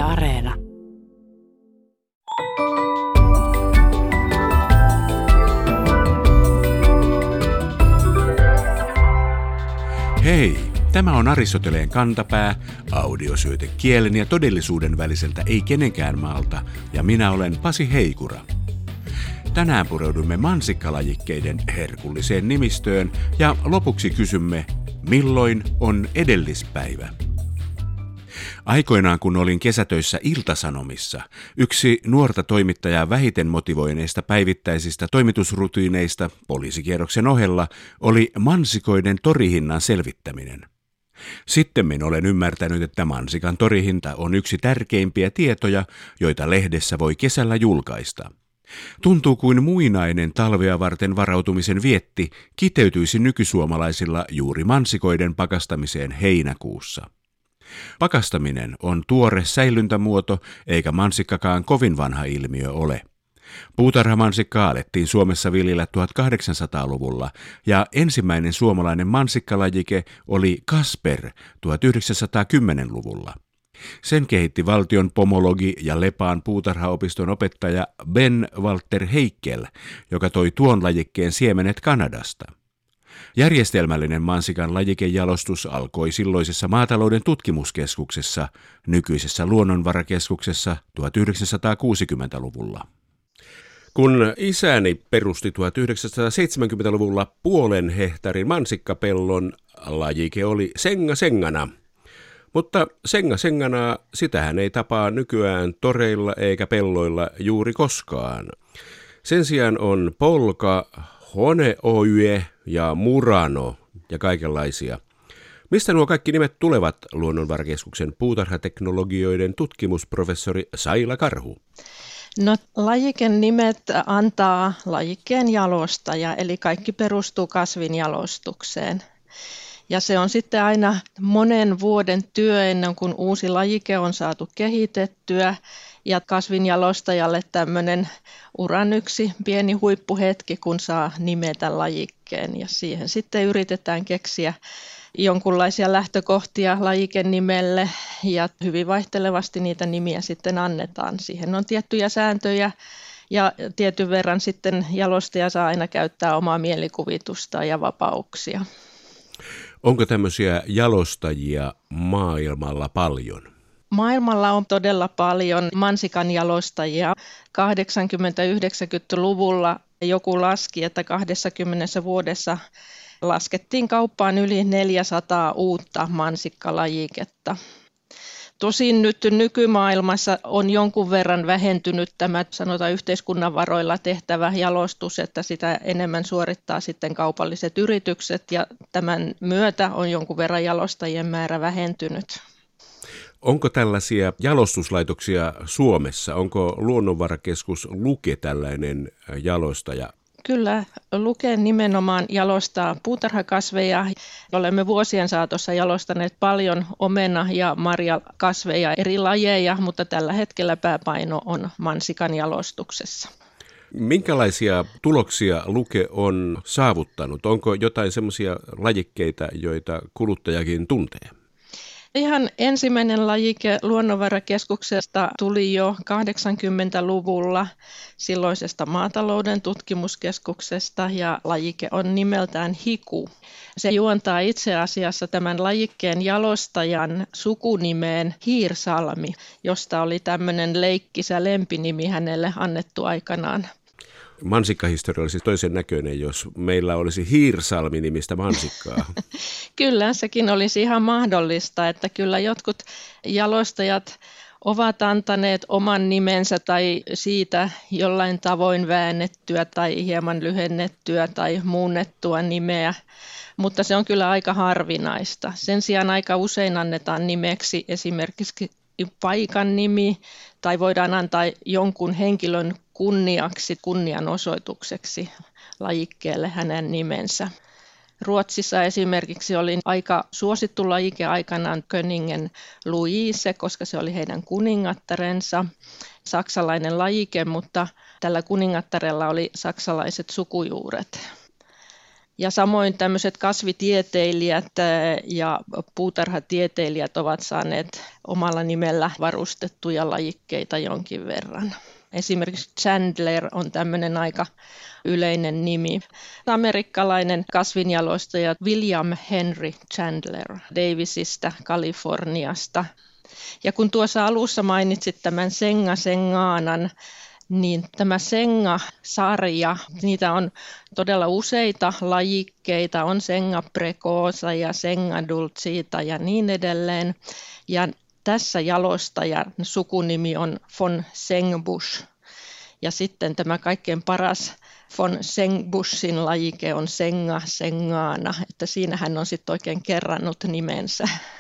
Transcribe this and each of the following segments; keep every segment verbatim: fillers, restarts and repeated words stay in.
Areena. Hei, tämä on Aristoteleen kantapää, audiosyöte kielen ja todellisuuden väliseltä ei kenenkään maalta, ja minä olen Pasi Heikura. Tänään pureudumme mansikkalajikkeiden herkulliseen nimistöön ja lopuksi kysymme, milloin on edellispäivä? Aikoinaan kun olin kesätöissä Ilta-Sanomissa, yksi nuorta toimittajaa vähiten motivoineista päivittäisistä toimitusrutiineista poliisikierroksen ohella oli mansikoiden torihinnan selvittäminen. Sittemmin olen ymmärtänyt, että mansikan torihinta on yksi tärkeimpiä tietoja, joita lehdessä voi kesällä julkaista. Tuntuu kuin muinainen talvea varten varautumisen vietti kiteytyisi nykysuomalaisilla juuri mansikoiden pakastamiseen heinäkuussa. Pakastaminen on tuore säilyntämuoto, eikä mansikkakaan kovin vanha ilmiö ole. Puutarhamansikkaa alettiin Suomessa viljellä tuhatkahdeksansataaluvulla ja ensimmäinen suomalainen mansikkalajike oli Kasper tuhatyhdeksänsataakymmenluvulla. Sen kehitti valtion pomologi ja Lepaan puutarhaopiston opettaja Ben Walter Haeckel, joka toi tuon lajikkeen siemenet Kanadasta. Järjestelmällinen mansikan lajikejalostus alkoi silloisessa maatalouden tutkimuskeskuksessa, nykyisessä luonnonvarakeskuksessa tuhatyhdeksänsataakuusikymmentäluvulla. Kun isäni perusti tuhatyhdeksänsataaseitsemänkymmentäluvulla puolen hehtaarin mansikkapellon, lajike oli senga sengana. Mutta senga senganaa, sitähän ei tapaa nykyään toreilla eikä pelloilla juuri koskaan. Sen sijaan on polka, honeoye ja murano ja kaikenlaisia. Mistä nuo kaikki nimet tulevat, Luonnonvarakeskuksen puutarhateknologioiden tutkimusprofessori Saila Karhu? No, lajiken nimet antaa lajikkeen jalostaja, eli kaikki perustuu kasvinjalostukseen. Ja se on sitten aina monen vuoden työ ennen kuin uusi lajike on saatu kehitettyä. Ja kasvinjalostajalle tämmöinen uran yksi pieni huippuhetki, kun saa nimetä lajikkeen. Ja siihen sitten yritetään keksiä jonkunlaisia lähtökohtia lajiken nimelle ja hyvin vaihtelevasti niitä nimiä sitten annetaan. Siihen on tiettyjä sääntöjä ja tietyn verran sitten jalostaja saa aina käyttää omaa mielikuvitusta ja vapauksia. Onko tämmöisiä jalostajia maailmalla paljon? Maailmalla on todella paljon mansikan jalostajia. kahdeksankymmentä-yhdeksänkymmentäluvulla joku laski, että kaksikymmentä vuodessa laskettiin kauppaan yli neljäsataa uutta mansikkalajiketta. Tosin nyt nykymaailmassa on jonkun verran vähentynyt tämä sanotaan yhteiskunnan varoilla tehtävä jalostus, että sitä enemmän suorittaa sitten kaupalliset yritykset ja tämän myötä on jonkun verran jalostajien määrä vähentynyt. Onko tällaisia jalostuslaitoksia Suomessa? Onko Luonnonvarakeskus Luke tällainen jalostaja? Kyllä, Luke nimenomaan jalostaa puutarhakasveja. Olemme vuosien saatossa jalostaneet paljon omena- ja marjakasveja eri lajeja, mutta tällä hetkellä pääpaino on mansikan jalostuksessa. Minkälaisia tuloksia Luke on saavuttanut? Onko jotain semmoisia lajikkeita, joita kuluttajakin tuntee? Ihan ensimmäinen lajike Luonnonvarakeskuksesta tuli jo kahdeksankymmentäluvulla silloisesta maatalouden tutkimuskeskuksesta ja lajike on nimeltään hiku. Se juontaa itse asiassa tämän lajikkeen jalostajan sukunimeen Hiirsalmi, josta oli tämmöinen leikkisä lempinimi hänelle annettu aikanaan. Mansikkahistoria olisi toisen näköinen, jos meillä olisi Hiirsalmi-nimistä mansikkaa. Kyllä, sekin olisi ihan mahdollista, että kyllä jotkut jalostajat ovat antaneet oman nimensä tai siitä jollain tavoin väännettyä tai hieman lyhennettyä tai muunnettua nimeä, mutta se on kyllä aika harvinaista. Sen sijaan aika usein annetaan nimeksi esimerkiksi paikan nimi tai voidaan antaa jonkun henkilön kunniaksi, kunnianosoitukseksi lajikkeelle hänen nimensä. Ruotsissa esimerkiksi oli aika suosittu lajike aikanaan Köningen Louise, koska se oli heidän kuningattarensa. Saksalainen lajike, mutta tällä kuningattarella oli saksalaiset sukujuuret. Ja samoin tämmöiset kasvitieteilijät ja puutarhatieteilijät ovat saaneet omalla nimellä varustettuja lajikkeita jonkin verran. Esimerkiksi Chandler on tämmöinen aika yleinen nimi. Amerikkalainen kasvinjalostaja William Henry Chandler Davisista, Kaliforniasta. Ja kun tuossa alussa mainitsit tämän Senga Senganan, niin tämä Senga-sarja, niitä on todella useita lajikkeita, on Senga Precosa ja Senga Dulcita ja niin edelleen. Ja tässä jalostajan sukunimi on von Sengbusch. Ja sitten tämä kaikkein paras von Sengbuschin lajike on Senga Sengana, että siinä hän on sitten oikein kerrannut nimensä.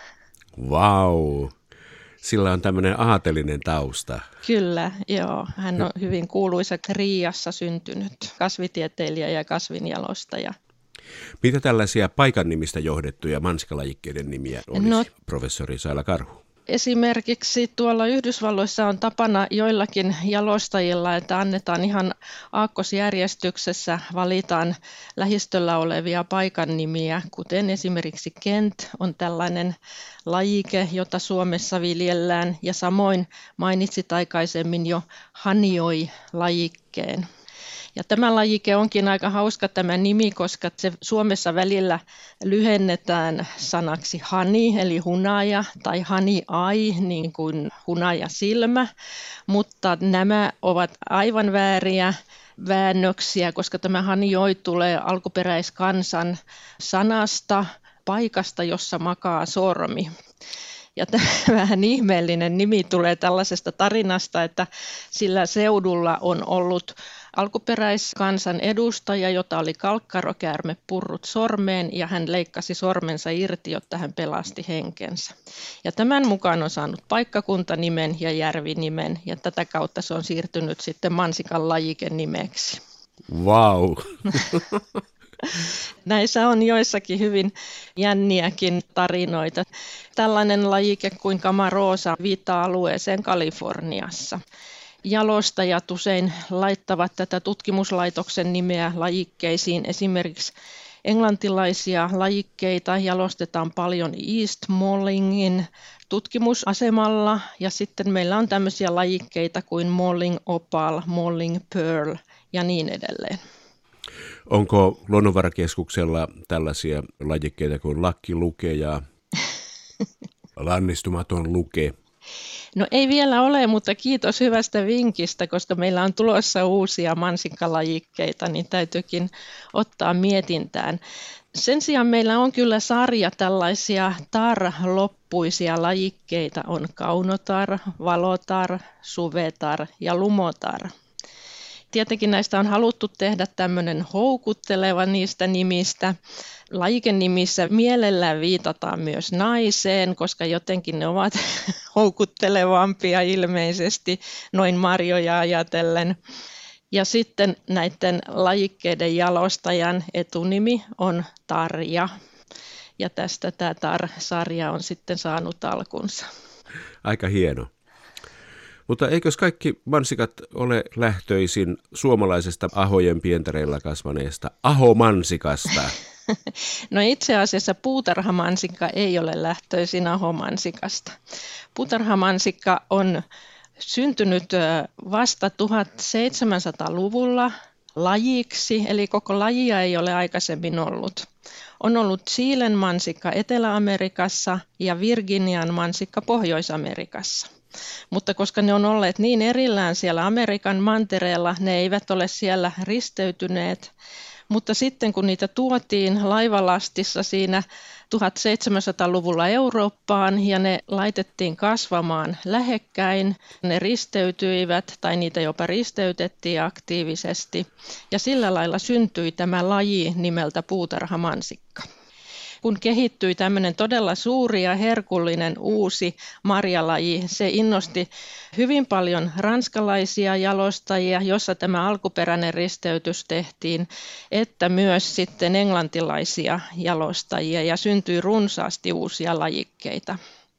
Vau! Sillä on tämmöinen aatelinen tausta. Kyllä, joo. Hän on hyvin kuuluisa Riassa syntynyt kasvitieteilijä ja kasvinjalostaja. Mitä tällaisia paikan nimistä johdettuja mansikalajikkeiden nimiä olisi, no, professori Saila Karhu? Esimerkiksi tuolla Yhdysvalloissa on tapana joillakin jalostajilla, että annetaan ihan aakkosjärjestyksessä, valitaan lähistöllä olevia paikan nimiä, kuten esimerkiksi Kent on tällainen lajike, jota Suomessa viljellään, ja samoin mainitsit aikaisemmin jo Hanioi-lajikkeen. Ja tämä lajike onkin aika hauska tämä nimi, koska se Suomessa välillä lyhennetään sanaksi hani, eli hunaja, tai hani ai, niin kuin hunaja silmä, mutta nämä ovat aivan vääriä väännöksiä, koska tämä hanioi tulee alkuperäiskansan sanasta, paikasta, jossa makaa sormi. Ja tämä vähän ihmeellinen nimi tulee tällaisesta tarinasta, että sillä seudulla on ollut alkuperäiskansan edustaja, jota oli kalkkarokäärme purrut sormeen, ja hän leikkasi sormensa irti, jotta hän pelasti henkensä. Ja tämän mukaan on saanut paikkakuntanimen ja järvinimen, ja tätä kautta se on siirtynyt sitten mansikan lajikenimeksi. Vau! Wow. Näissä on joissakin hyvin jänniäkin tarinoita. Tällainen lajike kuin Camaroosa viittaa alueeseen Kaliforniassa. Jalostajat usein laittavat tätä tutkimuslaitoksen nimeä lajikkeisiin. Esimerkiksi englantilaisia lajikkeita jalostetaan paljon East Mollingin tutkimusasemalla, ja sitten meillä on tämmöisiä lajikkeita kuin Molling Opal, Molling Pearl ja niin edelleen. Onko Luonnonvarakeskuksella tällaisia lajikkeita kuin lakkiluke ja lannistumaton luke? No ei vielä ole, mutta kiitos hyvästä vinkistä, koska meillä on tulossa uusia mansikkalajikkeita, niin täytyykin ottaa mietintään. Sen sijaan meillä on kyllä sarja tällaisia tar-loppuisia lajikkeita, on kaunotar, valotar, suvetar ja lumotar. Tietenkin näistä on haluttu tehdä tämmöinen houkutteleva niistä nimistä. Lajikenimissä mielellään viitataan myös naiseen, koska jotenkin ne ovat houkuttelevampia ilmeisesti noin marjoja ajatellen. Ja sitten näiden lajikkeiden jalostajan etunimi on Tarja. Ja tästä tämä Tar-sarja on sitten saanut alkunsa. Aika hieno. Mutta eikös kaikki mansikat ole lähtöisin suomalaisesta ahojen pientareilla kasvaneesta ahomansikasta? No itse asiassa puutarhamansikka ei ole lähtöisin ahomansikasta. Puutarhamansikka on syntynyt vasta tuhatseitsemänsataaluvulla lajiksi, eli koko lajia ei ole aikaisemmin ollut. On ollut Chilen mansikka Etelä-Amerikassa ja Virginian mansikka Pohjois-Amerikassa. Mutta koska ne on olleet niin erillään siellä Amerikan mantereella, ne eivät ole siellä risteytyneet. Mutta sitten kun niitä tuotiin laivalastissa siinä tuhatseitsemänsataaluvulla Eurooppaan ja ne laitettiin kasvamaan lähekkäin, ne risteytyivät tai niitä jopa risteytettiin aktiivisesti. Ja sillä lailla syntyi tämä laji nimeltä puutarhamansikka. Kun kehittyi tämmöinen todella suuri ja herkullinen uusi marjalaji, se innosti hyvin paljon ranskalaisia jalostajia, jossa tämä alkuperäinen risteytys tehtiin, että myös sitten englantilaisia jalostajia, ja syntyi runsaasti uusia lajikkeita.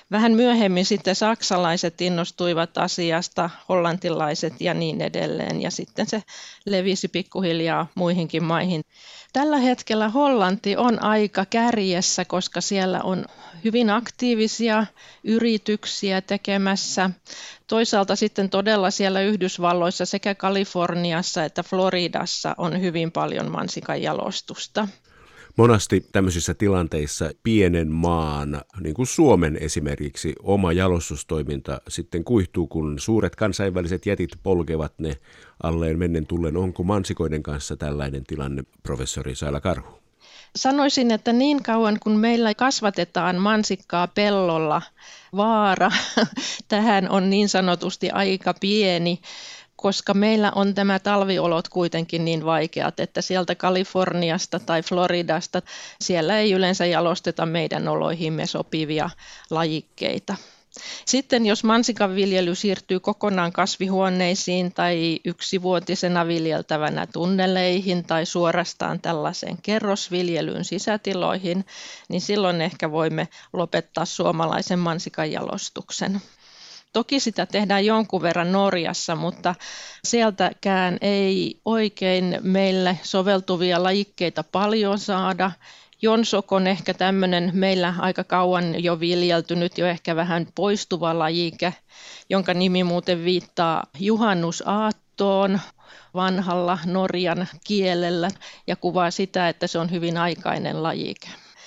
Vähän myöhemmin sitten saksalaiset innostuivat asiasta, hollantilaiset ja niin edelleen, ja sitten se levisi pikkuhiljaa muihinkin maihin. Tällä hetkellä Hollanti on aika kärjessä, koska siellä on hyvin aktiivisia yrityksiä tekemässä. Toisaalta sitten todella siellä Yhdysvalloissa sekä Kaliforniassa että Floridassa on hyvin paljon mansikan jalostusta. Monasti tämmöisissä tilanteissa pienen maan, niin kuin Suomen esimerkiksi, oma jalostustoiminta sitten kuihtuu, kun suuret kansainväliset jätit polkevat ne alleen mennen tullen. Onko mansikoiden kanssa tällainen tilanne, professori Saila Karhu? Sanoisin, että niin kauan kun meillä kasvatetaan mansikkaa pellolla, vaara tähän on niin sanotusti aika pieni, koska meillä on tämä talviolot kuitenkin niin vaikeat, että sieltä Kaliforniasta tai Floridasta siellä ei yleensä jalosteta meidän oloihimme sopivia lajikkeita. Sitten jos mansikan viljely siirtyy kokonaan kasvihuoneisiin tai yksivuotisena viljeltävänä tunneleihin tai suorastaan tällaiseen kerrosviljelyyn sisätiloihin, niin silloin ehkä voimme lopettaa suomalaisen mansikan jalostuksen. Toki sitä tehdään jonkun verran Norjassa, mutta sieltäkään ei oikein meille soveltuvia lajikkeita paljon saada. Jonsok on ehkä tämmöinen meillä aika kauan jo viljeltynyt, jo ehkä vähän poistuva lajike, jonka nimi muuten viittaa juhannusaattoon vanhalla Norjan kielellä ja kuvaa sitä, että se on hyvin aikainen lajike.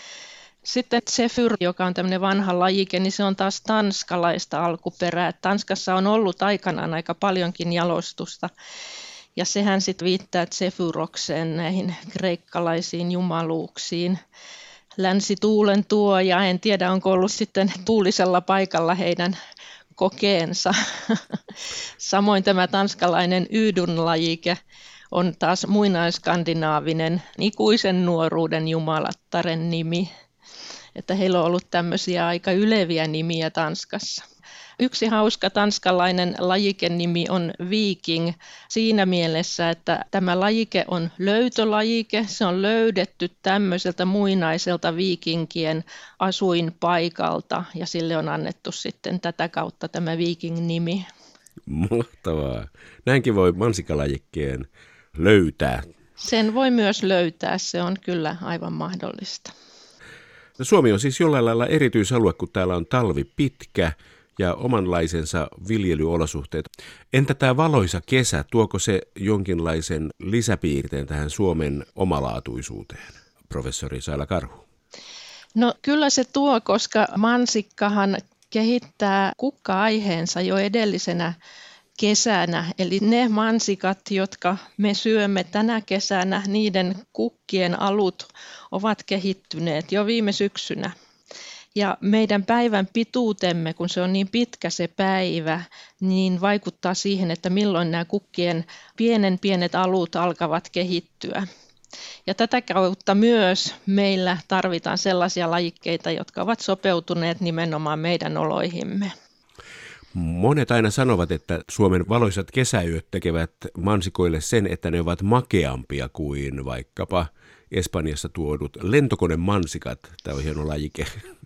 Sitten Zephyr, joka on tämmöinen vanha lajike, niin se on taas tanskalaista alkuperää. Tanskassa on ollut aikanaan aika paljonkin jalostusta. Ja sehän sitten viittaa Zephyrokseen, näihin kreikkalaisiin jumaluuksiin. Länsituulen tuoja, en tiedä onko ollut sitten tuulisella paikalla heidän kokeensa. Samoin tämä tanskalainen Ydun-lajike on taas muinaisskandinaavinen ikuisen nuoruuden jumalattaren nimi. Että heillä on ollut tämmöisiä aika yleviä nimiä Tanskassa. Yksi hauska tanskalainen lajikenimi on Viking siinä mielessä, että tämä lajike on löytölajike. Se on löydetty tämmöiseltä muinaiselta viikinkien asuinpaikalta ja sille on annettu sitten tätä kautta tämä Viking-nimi. Mahtavaa. Näinkin voi mansikalajikkeen löytää. Sen voi myös löytää, se on kyllä aivan mahdollista. Suomi on siis jollain lailla erityisalue, kun täällä on talvi pitkä ja omanlaisensa viljelyolosuhteet. Entä tämä valoisa kesä, tuoko se jonkinlaisen lisäpiirteen tähän Suomen omalaatuisuuteen, professori Saila Karhu? No kyllä se tuo, koska mansikkahan kehittää kukka-aiheensa jo edellisenä kesänä. Eli ne mansikat, jotka me syömme tänä kesänä, niiden kukkien alut ovat kehittyneet jo viime syksynä. Ja meidän päivän pituutemme, kun se on niin pitkä se päivä, niin vaikuttaa siihen, että milloin nämä kukkien pienen pienet alut alkavat kehittyä. Ja tätä kautta myös meillä tarvitaan sellaisia lajikkeita, jotka ovat sopeutuneet nimenomaan meidän oloihimme. Monet aina sanovat, että Suomen valoisat kesäyöt tekevät mansikoille sen, että ne ovat makeampia kuin vaikkapa Espanjassa tuodut lentokonemansikat. Tämä on hieno lajike.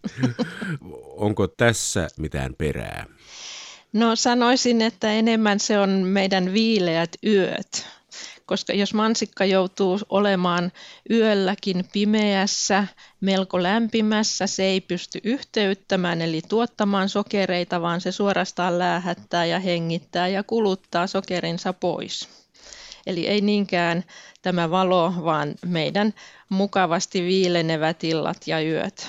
Onko tässä mitään perää? No sanoisin, että enemmän se on meidän viileät yöt. Koska jos mansikka joutuu olemaan yölläkin pimeässä, melko lämpimässä, se ei pysty yhteyttämään eli tuottamaan sokereita, vaan se suorastaan läähättää ja hengittää ja kuluttaa sokerinsa pois. Eli ei niinkään tämä valo, vaan meidän mukavasti viilenevät illat ja yöt.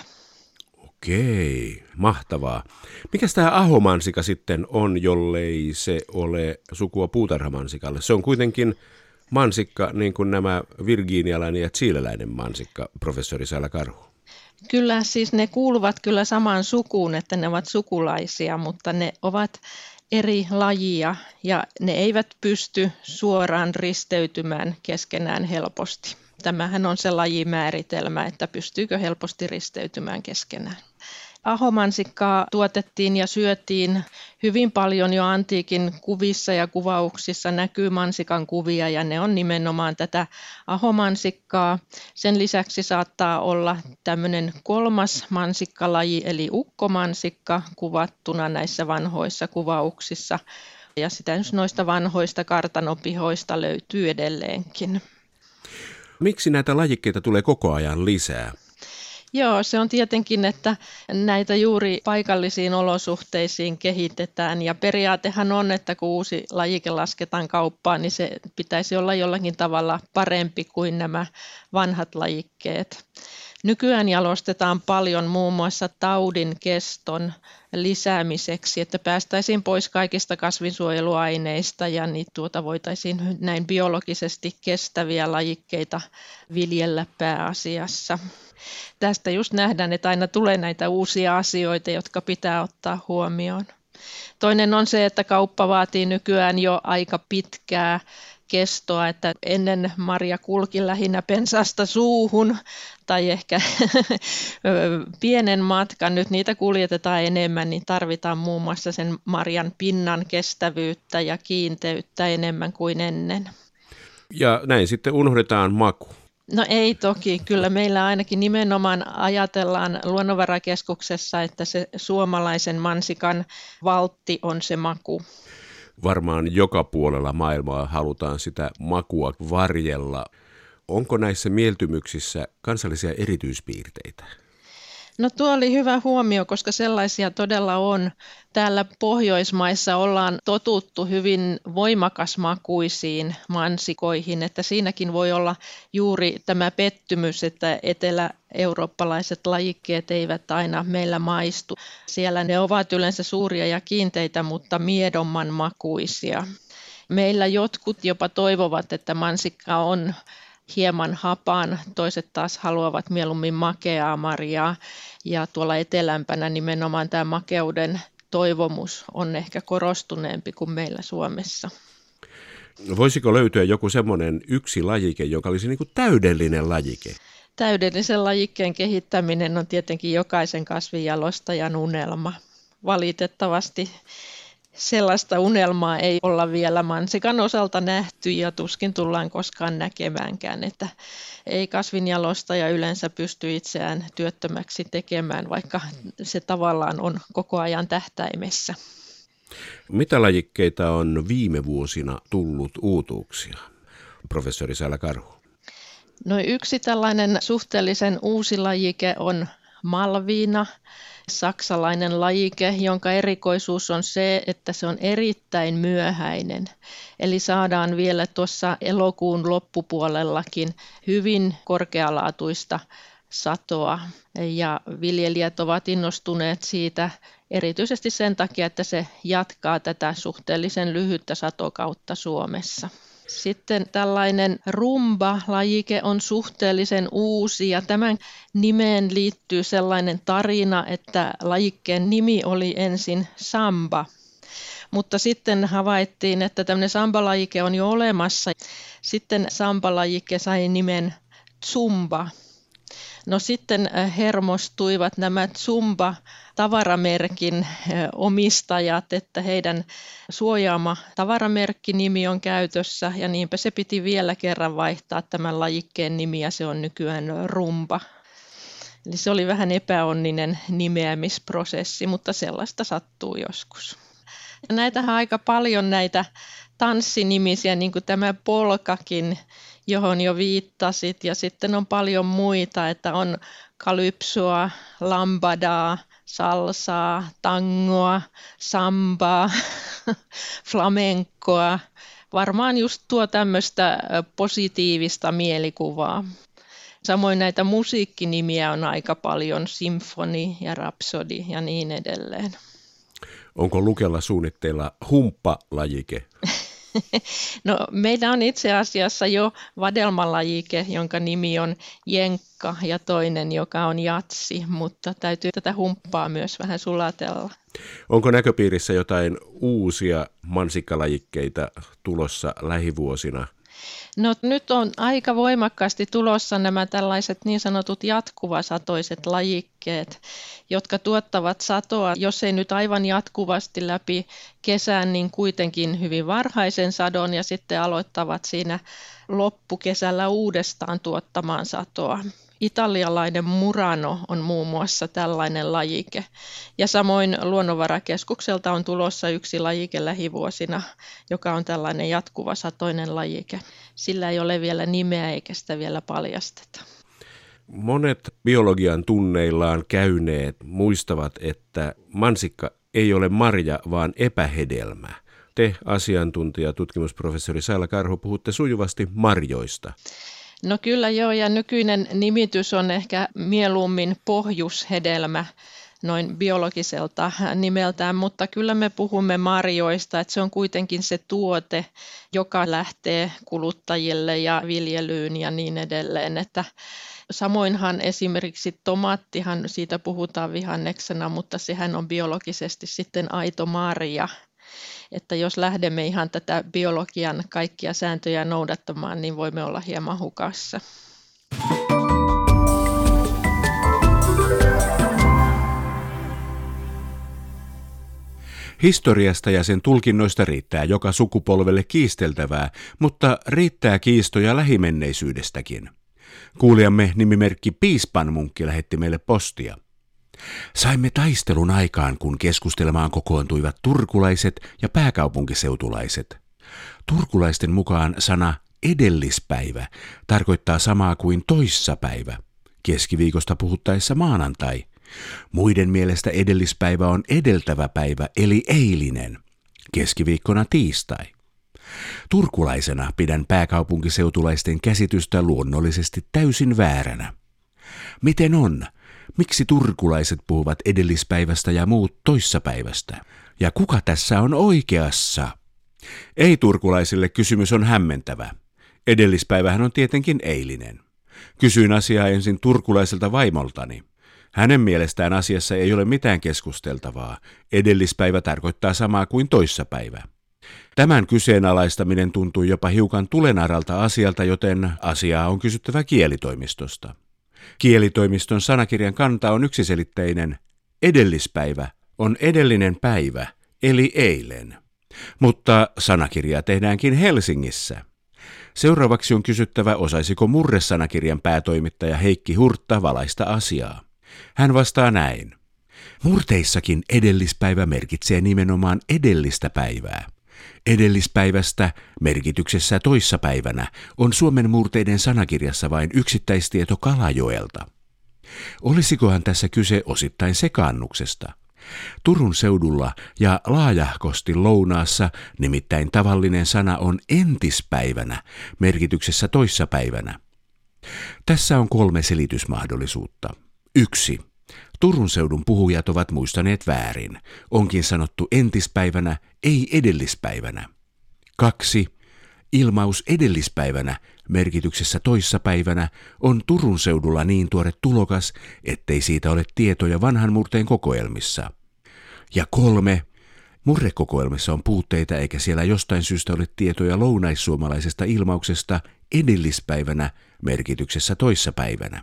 Okei, mahtavaa. Mikäs tämä ahomansika sitten on, jollei se ole sukua puutarhamansikalle? Se on kuitenkin mansikka, niin kuin nämä virginialainen ja chileläinen mansikka, professori Saila Karhu. Kyllä, siis ne kuuluvat kyllä samaan sukuun, että ne ovat sukulaisia, mutta ne ovat eri lajia ja ne eivät pysty suoraan risteytymään keskenään helposti. Tämähän on se lajimääritelmä, että pystyykö helposti risteytymään keskenään. Ahomansikkaa tuotettiin ja syötiin hyvin paljon jo antiikin kuvissa ja kuvauksissa näkyy mansikan kuvia ja ne on nimenomaan tätä ahomansikkaa. Sen lisäksi saattaa olla tämmöinen kolmas mansikkalaji eli ukkomansikka kuvattuna näissä vanhoissa kuvauksissa ja sitä noista vanhoista kartanopihoista löytyy edelleenkin. Miksi näitä lajikkeita tulee koko ajan lisää? Joo, se on tietenkin, että näitä juuri paikallisiin olosuhteisiin kehitetään ja periaatehan on, että kun uusi lajike lasketaan kauppaan, niin se pitäisi olla jollakin tavalla parempi kuin nämä vanhat lajikkeet. Nykyään jalostetaan paljon muun muassa taudin keston lisäämiseksi, että päästäisiin pois kaikista kasvinsuojeluaineista ja niitä tuota voitaisiin näin biologisesti kestäviä lajikkeita viljellä pääasiassa. Tästä just nähdään, että aina tulee näitä uusia asioita, jotka pitää ottaa huomioon. Toinen on se, että kauppa vaatii nykyään jo aika pitkää kestoa, että ennen marja kulki lähinnä pensaasta suuhun tai ehkä pienen matkan, nyt niitä kuljetetaan enemmän, niin tarvitaan muun muassa sen marjan pinnan kestävyyttä ja kiinteyttä enemmän kuin ennen. Ja näin sitten unohdetaan maku. No ei toki, kyllä meillä ainakin nimenomaan ajatellaan Luonnonvarakeskuksessa, että se suomalaisen mansikan valtti on se maku. Varmaan joka puolella maailmaa halutaan sitä makua varjella. Onko näissä mieltymyksissä kansallisia erityispiirteitä? No tuo oli hyvä huomio, koska sellaisia todella on. Täällä Pohjoismaissa ollaan totuttu hyvin voimakasmakuisiin mansikoihin, että siinäkin voi olla juuri tämä pettymys, että etelä-eurooppalaiset lajikkeet eivät aina meillä maistu. Siellä ne ovat yleensä suuria ja kiinteitä, mutta miedomman makuisia. Meillä jotkut jopa toivovat, että mansikka on hieman hapan, toiset taas haluavat mieluummin makeaa marjaa ja tuolla etelämpänä nimenomaan tämä makeuden toivomus on ehkä korostuneempi kuin meillä Suomessa. Voisiko löytyä joku semmoinen yksi lajike, joka olisi niin kuin täydellinen lajike? Täydellisen lajikkeen kehittäminen on tietenkin jokaisen kasvinjalostajan unelma. Valitettavasti sellaista unelmaa ei olla vielä mansikan osalta nähty ja tuskin tullaan koskaan näkemäänkään, että ei kasvinjalostaja yleensä pysty itseään työttömäksi tekemään, vaikka se tavallaan on koko ajan tähtäimessä. Mitä lajikkeita on viime vuosina tullut uutuuksia, professori Saila-Karhu? No yksi tällainen suhteellisen uusi lajike on malviina. Saksalainen lajike, jonka erikoisuus on se, että se on erittäin myöhäinen. Eli saadaan vielä tuossa elokuun loppupuolellakin hyvin korkealaatuista satoa. Ja viljelijät ovat innostuneet siitä erityisesti sen takia, että se jatkaa tätä suhteellisen lyhyttä satokautta Suomessa. Sitten tällainen rumba-lajike on suhteellisen uusi ja tämän nimeen liittyy sellainen tarina, että lajikkeen nimi oli ensin samba, mutta sitten havaittiin, että tämmöinen samba-lajike on jo olemassa. Sitten samba-lajike sai nimen zumba. No sitten hermostuivat nämä Zumba-tavaramerkin omistajat, että heidän suojaama tavaramerkkinimi on käytössä ja niinpä se piti vielä kerran vaihtaa tämän lajikkeen nimi ja se on nykyään rumba. Eli se oli vähän epäonninen nimeämisprosessi, mutta sellaista sattuu joskus. Ja näitähän aika paljon näitä tanssinimisiä, niin kuin tämä polkakin, johon jo viittasit, ja sitten on paljon muita, että on kalypsoa, lambadaa, salsaa, tangoa, sambaa, flamenkoa. Varmaan just tuo tämmöistä positiivista mielikuvaa. Samoin näitä musiikkinimiä on aika paljon, symfoni ja rapsodi ja niin edelleen. Onko Lukella suunnitteilla humppa-lajike? No, meillä on itse asiassa jo vadelmalajike, jonka nimi on jenkka ja toinen, joka on jatsi, mutta täytyy tätä humppaa myös vähän sulatella. Onko näköpiirissä jotain uusia mansikkalajikkeita tulossa lähivuosina? No nyt on aika voimakkaasti tulossa nämä tällaiset niin sanotut jatkuvasatoiset lajikkeet, jotka tuottavat satoa, jos ei nyt aivan jatkuvasti läpi kesän, niin kuitenkin hyvin varhaisen sadon ja sitten aloittavat siinä loppukesällä uudestaan tuottamaan satoa. Italialainen Murano on muun muassa tällainen lajike. Ja samoin Luonnonvarakeskukselta on tulossa yksi lajike lähivuosina, joka on tällainen jatkuvasatoinen lajike. Sillä ei ole vielä nimeä eikä sitä vielä paljasteta. Monet biologian tunneillaan käyneet muistavat, että mansikka ei ole marja, vaan epähedelmä. Te, asiantuntija, tutkimusprofessori Saila Karhu, puhutte sujuvasti marjoista. No kyllä joo, ja nykyinen nimitys on ehkä mieluummin pohjushedelmä noin biologiselta nimeltään, mutta kyllä me puhumme marjoista, että se on kuitenkin se tuote, joka lähtee kuluttajille ja viljelyyn ja niin edelleen, että samoinhan esimerkiksi tomaattihan, siitä puhutaan vihanneksena, mutta sehän on biologisesti sitten aito marja. Että jos lähdemme ihan tätä biologian kaikkia sääntöjä noudattamaan, niin voimme olla hieman hukassa. Historiasta ja sen tulkinnoista riittää joka sukupolvelle kiisteltävää, mutta riittää kiistoja lähimenneisyydestäkin. Kuulijamme nimimerkki Piispanmunkki lähetti meille postia. Saimme taistelun aikaan, kun keskustelemaan kokoontuivat turkulaiset ja pääkaupunkiseutulaiset. Turkulaisten mukaan sana edellispäivä tarkoittaa samaa kuin toissapäivä, keskiviikosta puhuttaessa maanantai. Muiden mielestä edellispäivä on edeltävä päivä eli eilinen, keskiviikkona tiistai. Turkulaisena pidän pääkaupunkiseutulaisten käsitystä luonnollisesti täysin vääränä. Miten on? Miksi turkulaiset puhuvat edellispäivästä ja muut toissapäivästä? Ja kuka tässä on oikeassa? Ei-turkulaisille kysymys on hämmentävä. Edellispäivähän on tietenkin eilinen. Kysyin asiaa ensin turkulaiselta vaimoltani. Hänen mielestään asiassa ei ole mitään keskusteltavaa. Edellispäivä tarkoittaa samaa kuin toissapäivä. Tämän kyseenalaistaminen tuntui jopa hiukan tulenaralta asialta, joten asiaa on kysyttävä kielitoimistosta. Kielitoimiston sanakirjan kanta on yksiselitteinen. Edellispäivä on edellinen päivä, eli eilen. Mutta sanakirjaa tehdäänkin Helsingissä. Seuraavaksi on kysyttävä, osaisiko Murre-sanakirjan päätoimittaja Heikki Hurtta valaista asiaa. Hän vastaa näin. Murteissakin edellispäivä merkitsee nimenomaan edellistä päivää. Edellispäivästä merkityksessä toissapäivänä on Suomen murteiden sanakirjassa vain yksittäistieto Kalajoelta. Olisikohan tässä kyse osittain sekaannuksesta? Turun seudulla ja laajahkosti lounaassa nimittäin tavallinen sana on entispäivänä merkityksessä toissapäivänä. Tässä on kolme selitysmahdollisuutta. Yksi. Turun seudun puhujat ovat muistaneet väärin. Onkin sanottu entispäivänä, ei edellispäivänä. Kaksi. Ilmaus edellispäivänä merkityksessä toissapäivänä on Turun seudulla niin tuore tulokas, ettei siitä ole tietoja vanhan murteen kokoelmissa. Ja kolme. Murrekokoelmissa on puutteita eikä siellä jostain syystä ole tietoja lounaissuomalaisesta ilmauksesta edellispäivänä merkityksessä toissapäivänä.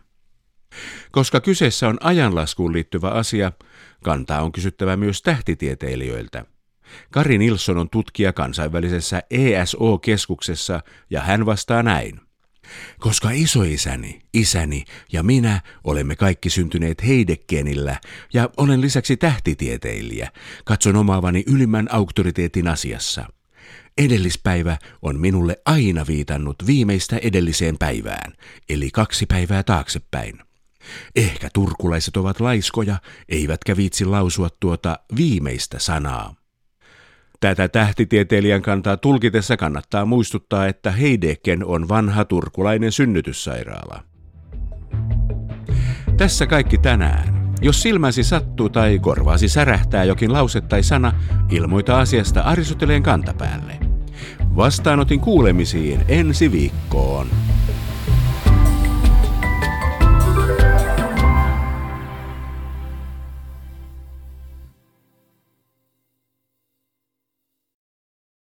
Koska kyseessä on ajanlaskuun liittyvä asia, kantaa on kysyttävä myös tähtitieteilijöiltä. Kari Nilsson on tutkija kansainvälisessä E S O-keskuksessa ja hän vastaa näin. Koska isoisäni, isäni ja minä olemme kaikki syntyneet Heidekenillä ja olen lisäksi tähtitieteilijä, katson omaavani ylimmän auktoriteetin asiassa. Edellispäivä on minulle aina viitannut viimeistä edelliseen päivään, eli kaksi päivää taaksepäin. Ehkä turkulaiset ovat laiskoja, eivätkä viitsi lausua tuota viimeistä sanaa. Tätä tähtitieteilijän kantaa tulkitessa kannattaa muistuttaa, että Heideken on vanha turkulainen synnytyssairaala. Tässä kaikki tänään. Jos silmäsi sattuu tai korvaasi särähtää jokin lause tai sana, ilmoita asiasta Aristoteleen kantapäälle. Vastaanotin kuulemisiin ensi viikkoon.